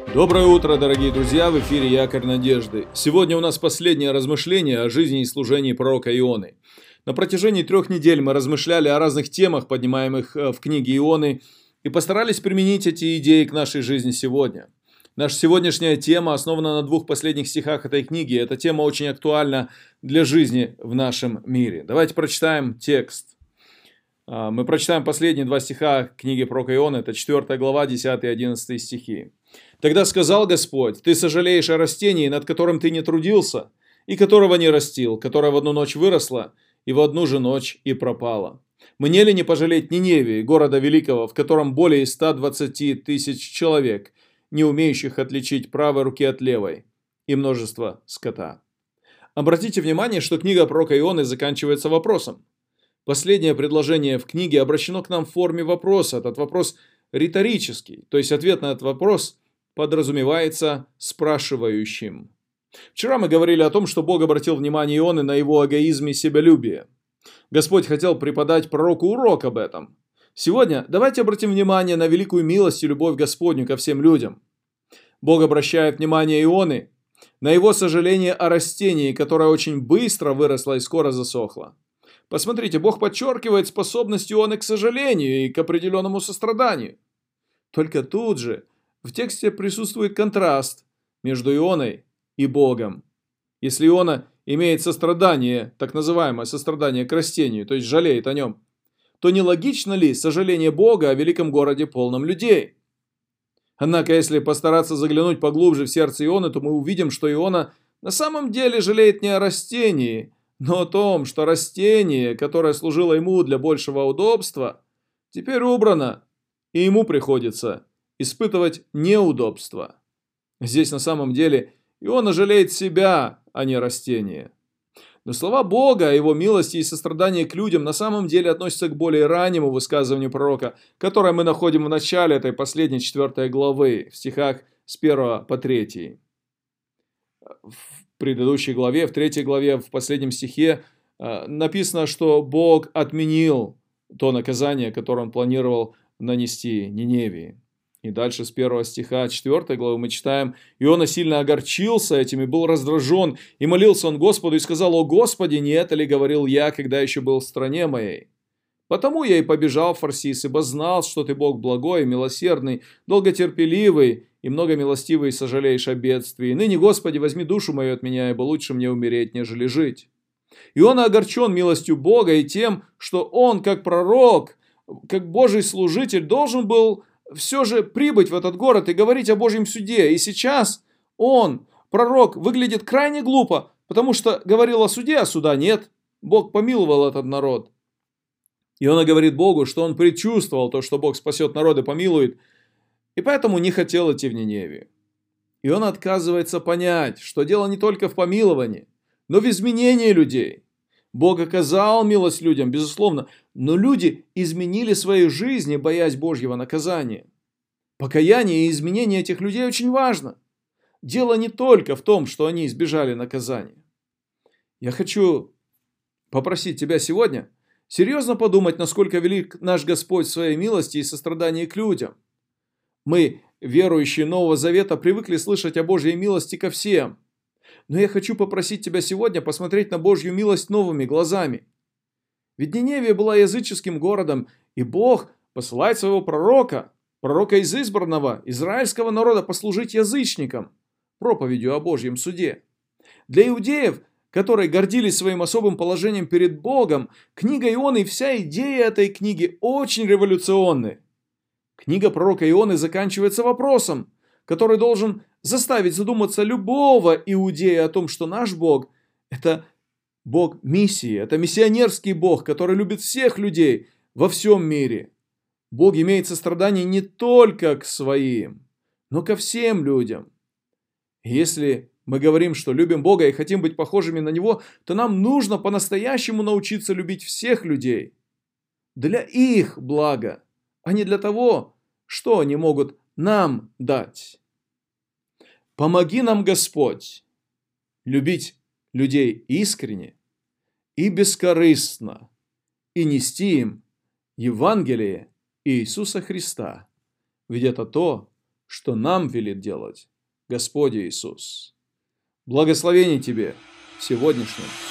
Доброе утро, дорогие друзья, в эфире Якорь Надежды. Сегодня у нас последнее размышление о жизни и служении пророка Ионы. На протяжении 3 недель мы размышляли о разных темах, поднимаемых в книге Ионы, и постарались применить эти идеи к нашей жизни сегодня. Наша сегодняшняя тема основана на 2 последних стихах этой книги. Эта тема очень актуальна для жизни в нашем мире. Давайте прочитаем текст. Мы прочитаем последние 2 стиха книги пророка Ионы, это 4 глава, 10 и 11 стихи. «Тогда сказал Господь, ты сожалеешь о растении, над которым ты не трудился, и которого не растил, которое в одну ночь выросло, и в одну же ночь и пропало. Мне ли не пожалеть Ниневии, города великого, в котором более 120 тысяч человек, не умеющих отличить правой руки от левой, и множество скота?» Обратите внимание, что книга пророка Ионы заканчивается вопросом. Последнее предложение в книге обращено к нам в форме вопроса. Этот вопрос риторический, то есть ответ на этот вопрос подразумевается спрашивающим. Вчера мы говорили о том, что Бог обратил внимание Ионы на его эгоизм и себялюбие. Господь хотел преподать пророку урок об этом. Сегодня давайте обратим внимание на великую милость и любовь Господню ко всем людям. Бог обращает внимание Ионы на его сожаление о растении, которое очень быстро выросло и скоро засохло. Посмотрите, Бог подчеркивает способность Ионы к сожалению и к определенному состраданию. Только тут же в тексте присутствует контраст между Ионой и Богом. Если Иона имеет сострадание, так называемое сострадание к растению, то есть жалеет о нем, то нелогично ли сожаление Бога о великом городе, полном людей? Однако, если постараться заглянуть поглубже в сердце Ионы, то мы увидим, что Иона на самом деле жалеет не о растении, но о том, что растение, которое служило ему для большего удобства, теперь убрано, и ему приходится испытывать неудобства. Здесь на самом деле Иона жалеет себя, а не растение. Но слова Бога о его милости и сострадании к людям на самом деле относятся к более раннему высказыванию пророка, которое мы находим в начале этой последней 4 главы, в стихах с 1 по 3. В предыдущей главе, в 3 главе, в последнем стихе написано, что Бог отменил то наказание, которое он планировал нанести Ниневии. И дальше с 1 стиха 4 главы мы читаем: «Иона сильно огорчился этим и был раздражен, и молился он Господу, и сказал: О Господи, не это ли говорил я, когда еще был в стране моей? Потому я и побежал в Фарсис, ибо знал, что ты Бог благой, милосердный, долготерпеливый и многомилостивый, и сожалеешь о бедствии. Ныне, Господи, возьми душу мою от меня, ибо лучше мне умереть, нежели жить». Иона огорчен милостью Бога и тем, что он, как пророк, как Божий служитель, должен был все же прибыть в этот город и говорить о Божьем суде. И сейчас он, пророк, выглядит крайне глупо, потому что говорил о суде, а суда нет. Бог помиловал этот народ. Иона говорит Богу, что он предчувствовал то, что Бог спасет народ и помилует, и поэтому не хотел идти в Ниневию. И он отказывается понять, что дело не только в помиловании, но в изменении людей. Бог оказал милость людям, безусловно, но люди изменили свою жизнь, боясь Божьего наказания. Покаяние и изменение этих людей очень важно. Дело не только в том, что они избежали наказания. Я хочу попросить тебя сегодня серьезно подумать, насколько велик наш Господь в своей милости и сострадании к людям. Мы, верующие Нового Завета, привыкли слышать о Божьей милости ко всем. Но я хочу попросить тебя сегодня посмотреть на Божью милость новыми глазами. Ведь Ниневия была языческим городом, и Бог посылает своего пророка из избранного израильского народа, послужить язычникам проповедью о Божьем суде. Для иудеев, которые гордились своим особым положением перед Богом, книга Ионы и вся идея этой книги очень революционны. Книга пророка Ионы заканчивается вопросом, который должен заставить задуматься любого иудея о том, что наш Бог – это Бог миссии, это миссионерский Бог, который любит всех людей во всем мире. Бог имеет сострадание не только к своим, но ко всем людям. Если мы говорим, что любим Бога и хотим быть похожими на Него, то нам нужно по-настоящему научиться любить всех людей для их блага, а не для того, что они могут нам дать. Помоги нам, Господь, любить людей искренне и бескорыстно и нести им Евангелие Иисуса Христа, ведь это то, что нам велит делать Господь Иисус. Благословений тебе в сегодняшнем